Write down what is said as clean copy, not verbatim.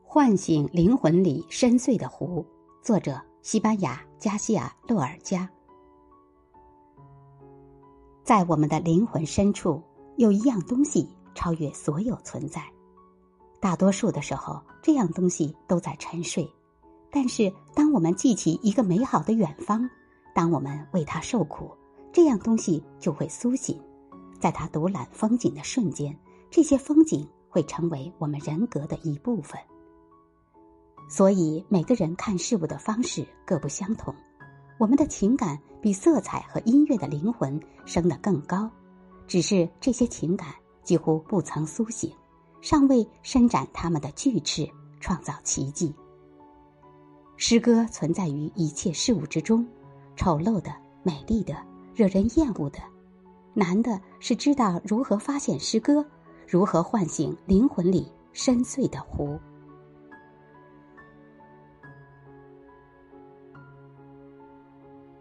唤醒灵魂里深邃的湖，作者西班牙加西亚·洛尔加。在我们的灵魂深处，有一样东西超越所有存在。大多数的时候，这样东西都在沉睡。但是当我们记起一个美好的远方，当我们为它受苦，这样东西就会苏醒。在它独揽风景的瞬间，这些风景会成为我们人格的一部分。所以每个人看事物的方式各不相同，我们的情感比色彩和音乐的灵魂升得更高，只是这些情感几乎不曾苏醒，尚未伸展他们的巨翅，创造奇迹。诗歌存在于一切事物之中，丑陋的、美丽的、惹人厌恶的，难的是知道如何发现诗歌，如何唤醒灵魂里深邃的湖。